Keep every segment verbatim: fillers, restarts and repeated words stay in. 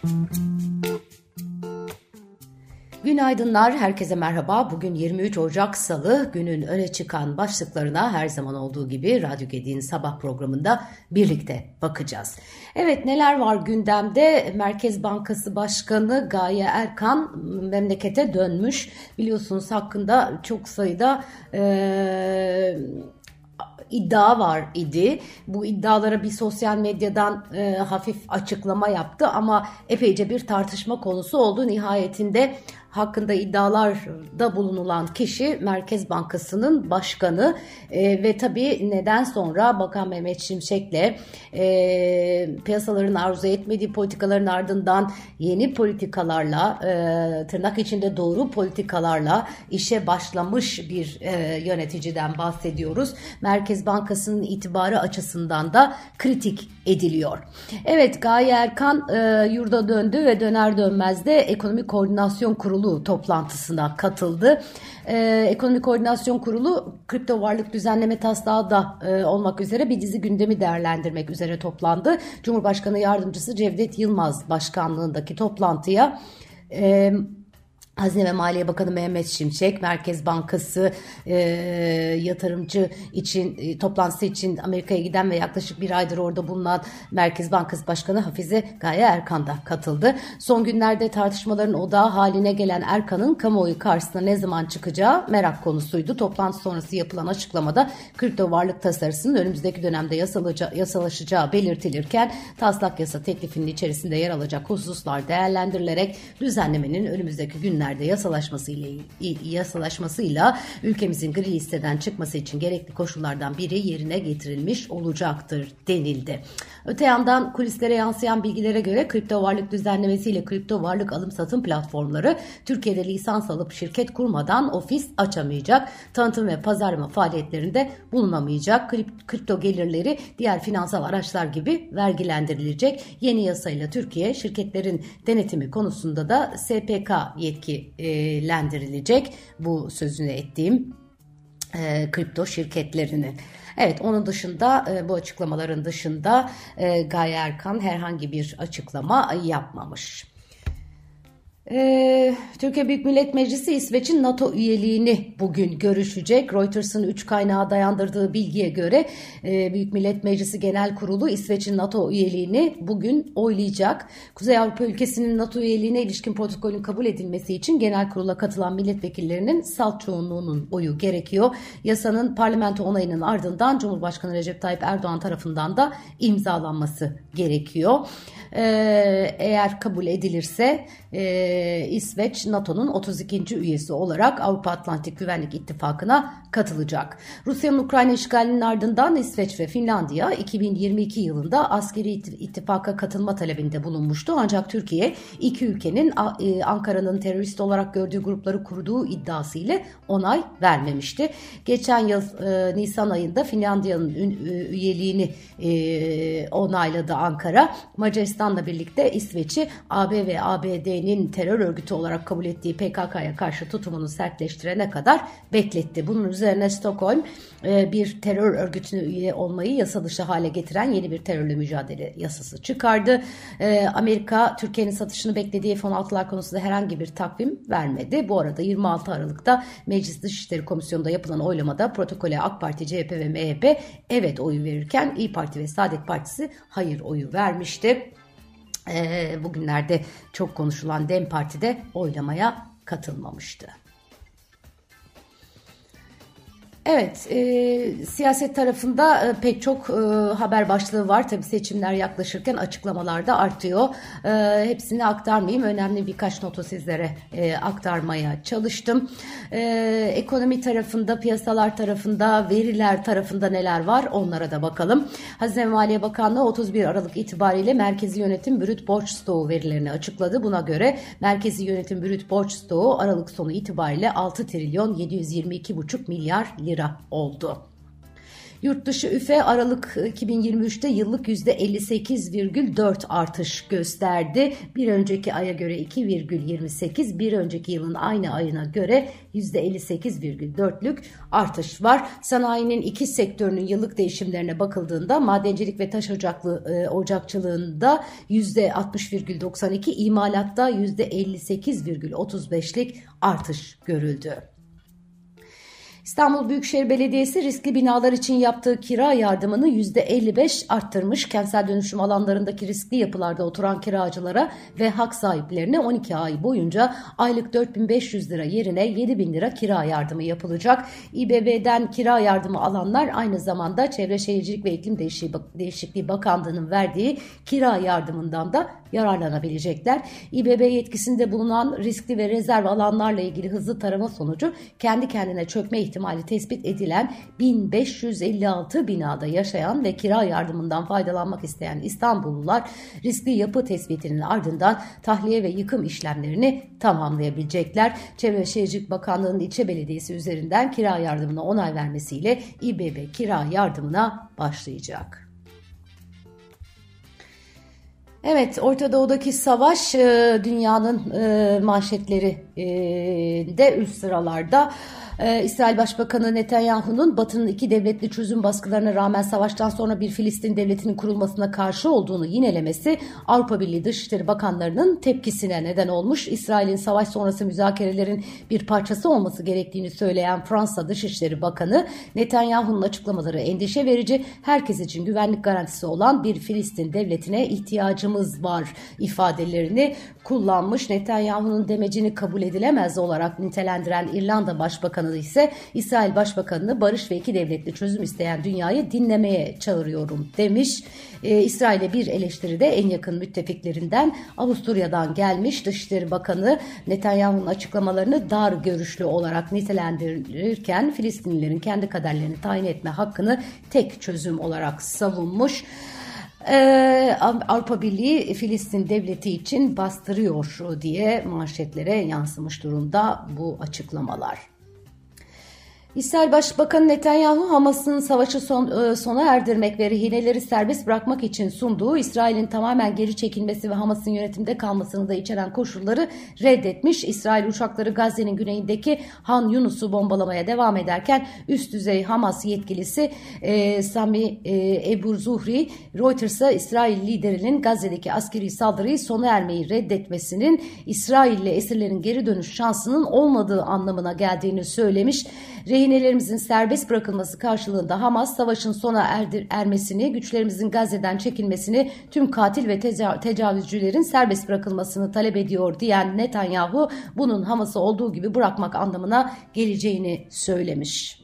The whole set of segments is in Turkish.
Günaydınlar, herkese merhaba. Bugün yirmi üç Ocak Salı, günün öne çıkan başlıklarına her zaman olduğu gibi Radyo Gedi'nin sabah programında birlikte bakacağız. Evet, neler var gündemde? Merkez Bankası Başkanı Gaye Erkan memlekete dönmüş. Biliyorsunuz hakkında çok sayıda Ee, iddia var idi. Bu iddialara bir sosyal medyadan e, hafif açıklama yaptı ama epeyce bir tartışma konusu oldu. Nihayetinde hakkında iddialarda bulunulan kişi Merkez Bankası'nın başkanı e, ve tabii neden sonra Bakan Mehmet Şimşek'le e, piyasaların arzu etmediği politikaların ardından yeni politikalarla e, tırnak içinde doğru politikalarla işe başlamış bir e, yöneticiden bahsediyoruz. Merkez Bankası'nın itibarı açısından da kritik ediliyor. Evet, Gaye Erkan e, yurda döndü ve döner dönmez de Ekonomi Koordinasyon Kurulu toplantısına katıldı. Ee, Ekonomi Koordinasyon Kurulu kripto varlık düzenleme taslağı da e, olmak üzere bir dizi gündemi değerlendirmek üzere toplandı. Cumhurbaşkanı Yardımcısı Cevdet Yılmaz başkanlığındaki toplantıya e, Hazine ve Maliye Bakanı Mehmet Şimşek, Merkez Bankası e, yatırımcı için e, toplantısı için Amerika'ya giden ve yaklaşık bir aydır orada bulunan Merkez Bankası Başkanı Hafize Gaye Erkan da katıldı. Son günlerde tartışmaların odağı haline gelen Erkan'ın kamuoyu karşısına ne zaman çıkacağı merak konusuydu. Toplantı sonrası yapılan açıklamada kripto varlık tasarısının önümüzdeki dönemde yasalaşacağı belirtilirken taslak yasa teklifinin içerisinde yer alacak hususlar değerlendirilerek düzenlemenin önümüzdeki günler yasalaşmasıyla, yasalaşmasıyla ülkemizin gri listeden çıkması için gerekli koşullardan biri yerine getirilmiş olacaktır denildi. Öte yandan kulislere yansıyan bilgilere göre kripto varlık düzenlemesiyle kripto varlık alım satım platformları Türkiye'de lisans alıp şirket kurmadan ofis açamayacak, tanıtım ve pazarlama faaliyetlerinde bulunamayacak, kripto gelirleri diğer finansal araçlar gibi vergilendirilecek. Yeni yasayla Türkiye şirketlerin denetimi konusunda da S P K yetki lendirilecek, bu sözünü ettiğim e, kripto şirketlerinin. Evet, onun dışında e, bu açıklamaların dışında e, Gaye Erkan herhangi bir açıklama yapmamış. Ee, Türkiye Büyük Millet Meclisi İsveç'in NATO üyeliğini bugün görüşecek. Reuters'ın üç kaynağa dayandırdığı bilgiye göre e, Büyük Millet Meclisi Genel Kurulu İsveç'in NATO üyeliğini bugün oylayacak. Kuzey Avrupa ülkesinin NATO üyeliğine ilişkin protokolün kabul edilmesi için Genel Kurula katılan milletvekillerinin salt çoğunluğunun oyu gerekiyor. Yasanın parlamento onayının ardından Cumhurbaşkanı Recep Tayyip Erdoğan tarafından da imzalanması gerekiyor. Ee, eğer kabul edilirse e, İsveç NATO'nun otuz ikinci üyesi olarak Avrupa Atlantik Güvenlik İttifakı'na katılacak. Rusya'nın Ukrayna işgalinin ardından İsveç ve Finlandiya iki bin yirmi iki yılında askeri ittifaka katılma talebinde bulunmuştu. Ancak Türkiye iki ülkenin Ankara'nın terörist olarak gördüğü grupları kurduğu iddiası ile onay vermemişti. Geçen yıl e, Nisan ayında Finlandiya'nın üyeliğini e, onayladı Ankara. Macaristan'la birlikte İsveç'i A B ve A B D'nin terör örgütü olarak kabul ettiği P K K'ya karşı tutumunu sertleştirene kadar bekletti. Bunun üzerine Stockholm bir terör örgütüne üye olmayı yasa dışı hale getiren yeni bir terörle mücadele yasası çıkardı. Amerika Türkiye'nin satışını beklediği F on altılar konusunda herhangi bir takvim vermedi. Bu arada yirmi altı Aralık'ta Meclis Dışişleri Komisyonu'nda yapılan oylamada protokole AK Parti, C H P ve M H P evet oyu verirken İYİ Parti ve Saadet Partisi hayır oyu vermişti. Bugünlerde çok konuşulan DEM Parti de oylamaya katılmamıştı. Evet, e, siyaset tarafında e, pek çok e, haber başlığı var. Tabii seçimler yaklaşırken açıklamalar da artıyor. E, hepsini aktarmayayım. Önemli birkaç notu sizlere e, aktarmaya çalıştım. E, ekonomi tarafında, piyasalar tarafında, veriler tarafında neler var onlara da bakalım. Hazine ve Maliye Bakanlığı otuz bir Aralık itibariyle Merkezi Yönetim Brüt Borç Stoğu verilerini açıkladı. Buna göre Merkezi Yönetim Brüt Borç Stoğu Aralık sonu itibariyle altı trilyon yedi yüz yirmi iki buçuk milyar lira oldu. Yurt dışı üfe Aralık iki bin yirmi üçte yıllık yüzde elli sekiz virgül dört artış gösterdi. Bir önceki aya göre iki virgül yirmi sekiz, bir önceki yılın aynı ayına göre yüzde elli sekiz virgül dörtlük artış var. Sanayinin iki sektörünün yıllık değişimlerine bakıldığında madencilik ve taş ocaklı, e, ocakçılığında yüzde altmış virgül doksan iki, imalatta yüzde elli sekiz virgül otuz beşlik artış görüldü. İstanbul Büyükşehir Belediyesi riskli binalar için yaptığı kira yardımını yüzde elli beş arttırmış. Kentsel dönüşüm alanlarındaki riskli yapılarda oturan kiracılara ve hak sahiplerine on iki ay boyunca aylık dört bin beş yüz lira yerine yedi bin lira kira yardımı yapılacak. İBB'den kira yardımı alanlar aynı zamanda Çevre Şehircilik ve İklim Değişikliği Bakanlığı'nın verdiği kira yardımından da yararlanabilecekler. İBB yetkisinde bulunan riskli ve rezerv alanlarla ilgili hızlı tarama sonucu kendi kendine çökme ihtimali tespit edilen bin beş yüz elli altı binada yaşayan ve kira yardımından faydalanmak isteyen İstanbullular riskli yapı tespitinin ardından tahliye ve yıkım işlemlerini tamamlayabilecekler. Çevre Şehircilik Bakanlığı'nın ilçe belediyesi üzerinden kira yardımına onay vermesiyle İBB kira yardımına başlayacak. Evet, Orta Doğu'daki savaş dünyanın manşetleri de üst sıralarda. Ee, İsrail Başbakanı Netanyahu'nun Batı'nın iki devletli çözüm baskılarına rağmen savaştan sonra bir Filistin devletinin kurulmasına karşı olduğunu yinelemesi Avrupa Birliği Dışişleri Bakanlarının tepkisine neden olmuş. İsrail'in savaş sonrası müzakerelerin bir parçası olması gerektiğini söyleyen Fransa Dışişleri Bakanı Netanyahu'nun açıklamaları endişe verici, herkes için güvenlik garantisi olan bir Filistin devletine ihtiyacımız var ifadelerini kullanmış. Netanyahu'nun demecini kabul edilemez olarak nitelendiren İrlanda Başbakanı ise İsrail Başbakanı'nı barış ve iki devletli çözüm isteyen dünyayı dinlemeye çağırıyorum demiş. Ee, İsrail'e bir eleştiri de en yakın müttefiklerinden Avusturya'dan gelmiş. Dışişleri Bakanı Netanyahu'nun açıklamalarını dar görüşlü olarak nitelendirirken Filistinlilerin kendi kaderlerini tayin etme hakkını tek çözüm olarak savunmuş. Ee, Avrupa Birliği Filistin devleti için bastırıyor diye manşetlere yansımış durumda bu açıklamalar. İsrail Başbakanı Netanyahu, Hamas'ın savaşı son, sona erdirmek ve rehineleri serbest bırakmak için sunduğu İsrail'in tamamen geri çekilmesi ve Hamas'ın yönetimde kalmasını da içeren koşulları reddetmiş. İsrail uçakları Gazze'nin güneyindeki Han Yunus'u bombalamaya devam ederken üst düzey Hamas yetkilisi e, Sami e, Ebu Zuhri, Reuters'a İsrail liderinin Gazze'deki askeri saldırıyı sona ermeyi reddetmesinin İsrail'le esirlerin geri dönüş şansının olmadığı anlamına geldiğini söylemiş. Rehinelerimizin serbest bırakılması karşılığında Hamas savaşın sona erdir, ermesini, güçlerimizin Gazze'den çekilmesini, tüm katil ve teca- tecavüzcülerin serbest bırakılmasını talep ediyor diyen Netanyahu, bunun Hamas'ı olduğu gibi bırakmak anlamına geleceğini söylemiş.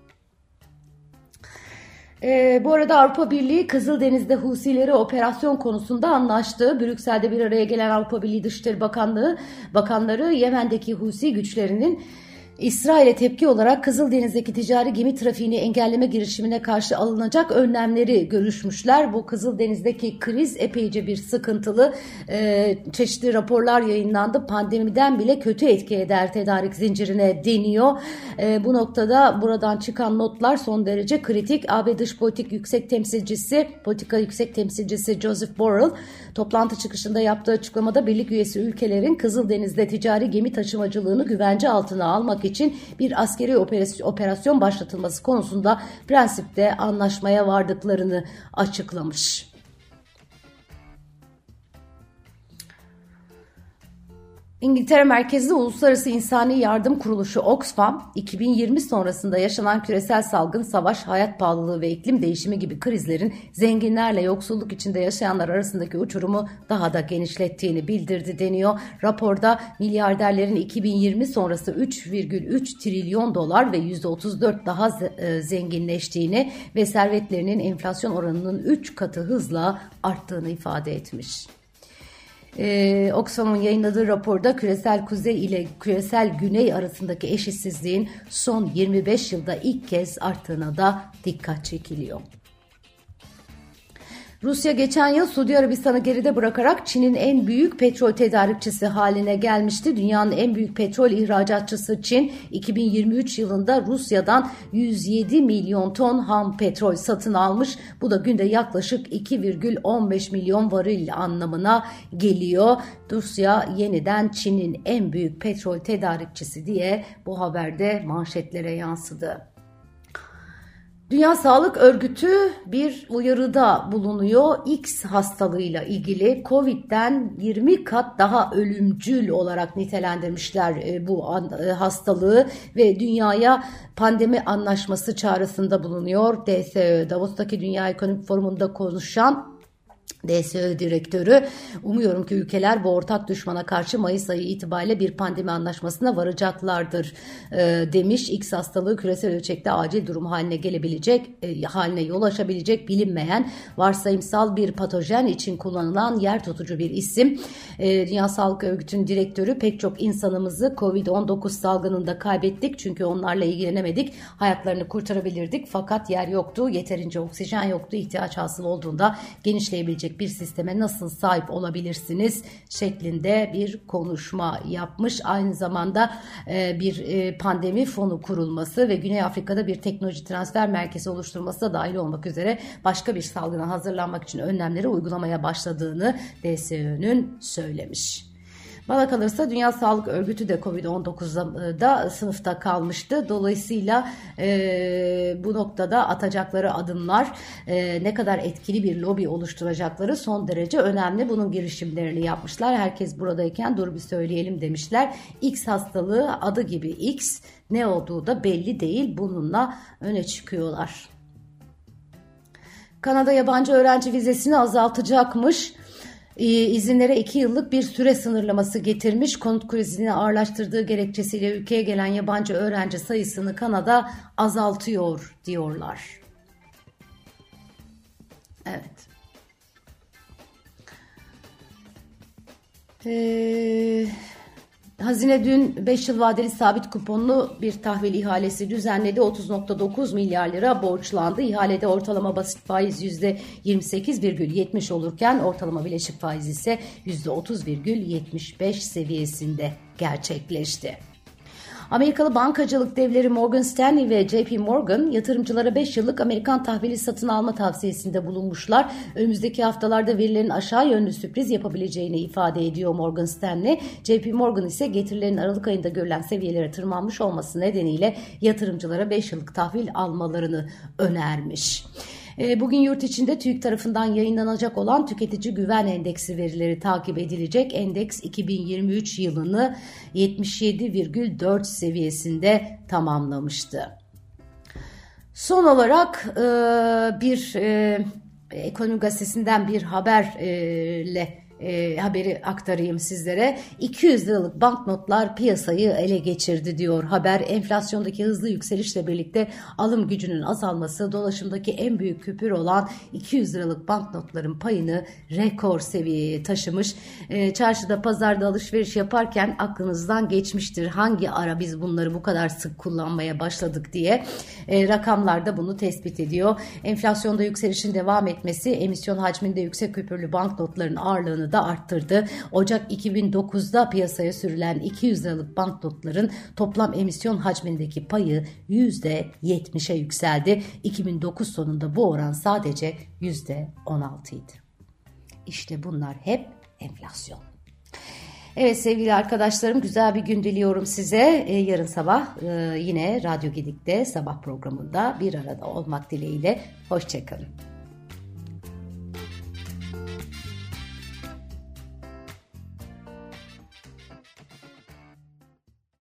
Ee, bu arada Avrupa Birliği Kızıldeniz'de Husileri operasyon konusunda anlaştı. Brüksel'de bir araya gelen Avrupa Birliği Dışişleri Bakanlığı bakanları Yemen'deki Husi güçlerinin İsrail'e tepki olarak Kızıldeniz'deki ticari gemi trafiğini engelleme girişimine karşı alınacak önlemleri görüşmüşler. Bu Kızıldeniz'deki kriz epeyce bir sıkıntılı. Ee, çeşitli raporlar yayınlandı. Pandemiden bile kötü etki eder tedarik zincirine deniyor. Ee, bu noktada buradan çıkan notlar son derece kritik. A B Dış Politik Yüksek Temsilcisi, Politika Yüksek Temsilcisi Joseph Borrell toplantı çıkışında yaptığı açıklamada birlik üyesi ülkelerin Kızıldeniz'de ticari gemi taşımacılığını güvence altına almak için bir askeri operasyon başlatılması konusunda prensipte anlaşmaya vardıklarını açıklamış. İngiltere merkezli Uluslararası İnsani Yardım Kuruluşu Oxfam, iki bin yirmi sonrasında yaşanan küresel salgın, savaş, hayat pahalılığı ve iklim değişimi gibi krizlerin zenginlerle yoksulluk içinde yaşayanlar arasındaki uçurumu daha da genişlettiğini bildirdi deniyor. Raporda milyarderlerin iki bin yirmi sonrası üç virgül üç trilyon dolar ve yüzde otuz dört daha zenginleştiğini ve servetlerinin enflasyon oranının üç katı hızla arttığını ifade etmiş. Ee, Oxfam'ın yayınladığı raporda küresel kuzey ile küresel güney arasındaki eşitsizliğin son yirmi beş yılda ilk kez arttığına da dikkat çekiliyor. Rusya geçen yıl Suudi Arabistan'ı geride bırakarak Çin'in en büyük petrol tedarikçisi haline gelmişti. Dünyanın en büyük petrol ihracatçısı Çin, iki bin yirmi üç yılında Rusya'dan yüz yedi milyon ton ham petrol satın almış. Bu da günde yaklaşık iki virgül on beş milyon varil anlamına geliyor. Rusya yeniden Çin'in en büyük petrol tedarikçisi diye bu haberde manşetlere yansıdı. Dünya Sağlık Örgütü bir uyarıda bulunuyor. X hastalığıyla ilgili Covid'den yirmi kat daha ölümcül olarak nitelendirmişler bu hastalığı ve dünyaya pandemi anlaşması çağrısında bulunuyor. D S Ö, Davos'taki Dünya Ekonomik Forumu'nda konuşan D S Ö direktörü, umuyorum ki ülkeler bu ortak düşmana karşı Mayıs ayı itibariyle bir pandemi anlaşmasına varacaklardır e, demiş. X hastalığı küresel ölçekte acil durum haline gelebilecek, e, haline yol açabilecek bilinmeyen varsayımsal bir patojen için kullanılan yer tutucu bir isim. E, Dünya Sağlık Örgütü'nün direktörü, pek çok insanımızı kovid on dokuz salgınında kaybettik çünkü onlarla ilgilenemedik. Hayatlarını kurtarabilirdik fakat yer yoktu, yeterince oksijen yoktu. İhtiyaç hasıl olduğunda genişleyebilecek bir sisteme nasıl sahip olabilirsiniz şeklinde bir konuşma yapmış. Aynı zamanda e, bir e, pandemi fonu kurulması ve Güney Afrika'da bir teknoloji transfer merkezi oluşturması da dahil olmak üzere başka bir salgına hazırlanmak için önlemleri uygulamaya başladığını D S Ö'nün söylemiş. Bana kalırsa Dünya Sağlık Örgütü de kovid on dokuzda sınıfta kalmıştı. Dolayısıyla e, bu noktada atacakları adımlar, e, ne kadar etkili bir lobi oluşturacakları son derece önemli. Bunun girişimlerini yapmışlar. Herkes buradayken dur bir söyleyelim demişler. X hastalığı adı gibi X, ne olduğu da belli değil. Bununla öne çıkıyorlar. Kanada yabancı öğrenci vizesini azaltacakmış. İzinlere iki yıllık bir süre sınırlaması getirmiş. Konut krizini ağırlaştırdığı gerekçesiyle ülkeye gelen yabancı öğrenci sayısını Kanada azaltıyor diyorlar. Evet. Eee... Hazine dün beş yıl vadeli sabit kuponlu bir tahvil ihalesi düzenledi. otuz virgül dokuz milyar lira borçlandı. İhalede ortalama basit faiz yüzde yirmi sekiz virgül yetmiş olurken ortalama bileşik faiz ise yüzde otuz virgül yetmiş beş seviyesinde gerçekleşti. Amerikalı bankacılık devleri Morgan Stanley ve J P Morgan yatırımcılara beş yıllık Amerikan tahvili satın alma tavsiyesinde bulunmuşlar. Önümüzdeki haftalarda verilerin aşağı yönlü sürpriz yapabileceğini ifade ediyor Morgan Stanley. J P Morgan ise getirilerin Aralık ayında görülen seviyelere tırmanmış olması nedeniyle yatırımcılara beş yıllık tahvil almalarını önermiş. Bugün yurt içinde TÜİK tarafından yayınlanacak olan Tüketici Güven Endeksi verileri takip edilecek. Endeks iki bin yirmi üç yılını yetmiş yedi virgül dört seviyesinde tamamlamıştı. Son olarak bir Ekonomi Gazetesi'nden bir haberle E, haberi aktarayım sizlere. iki yüz liralık banknotlar piyasayı ele geçirdi diyor haber. Enflasyondaki hızlı yükselişle birlikte alım gücünün azalması dolaşımdaki en büyük küpür olan iki yüz liralık banknotların payını rekor seviyeye taşımış. E, çarşıda, pazarda alışveriş yaparken aklınızdan geçmiştir hangi ara biz bunları bu kadar sık kullanmaya başladık diye. E, rakamlar da bunu tespit ediyor. Enflasyonda yükselişin devam etmesi emisyon hacminde yüksek küpürlü banknotların ağırlığını da arttırdı. Ocak iki bin dokuzda piyasaya sürülen iki yüz liralık banknotların toplam emisyon hacmindeki payı yüzde yetmişe yükseldi. iki bin dokuz sonunda bu oran sadece yüzde on altı idi. İşte bunlar hep enflasyon. Evet sevgili arkadaşlarım, güzel bir gün diliyorum size. Ee, yarın sabah e, yine Radyo Gedik'te sabah programında bir arada olmak dileğiyle. Hoşçakalın.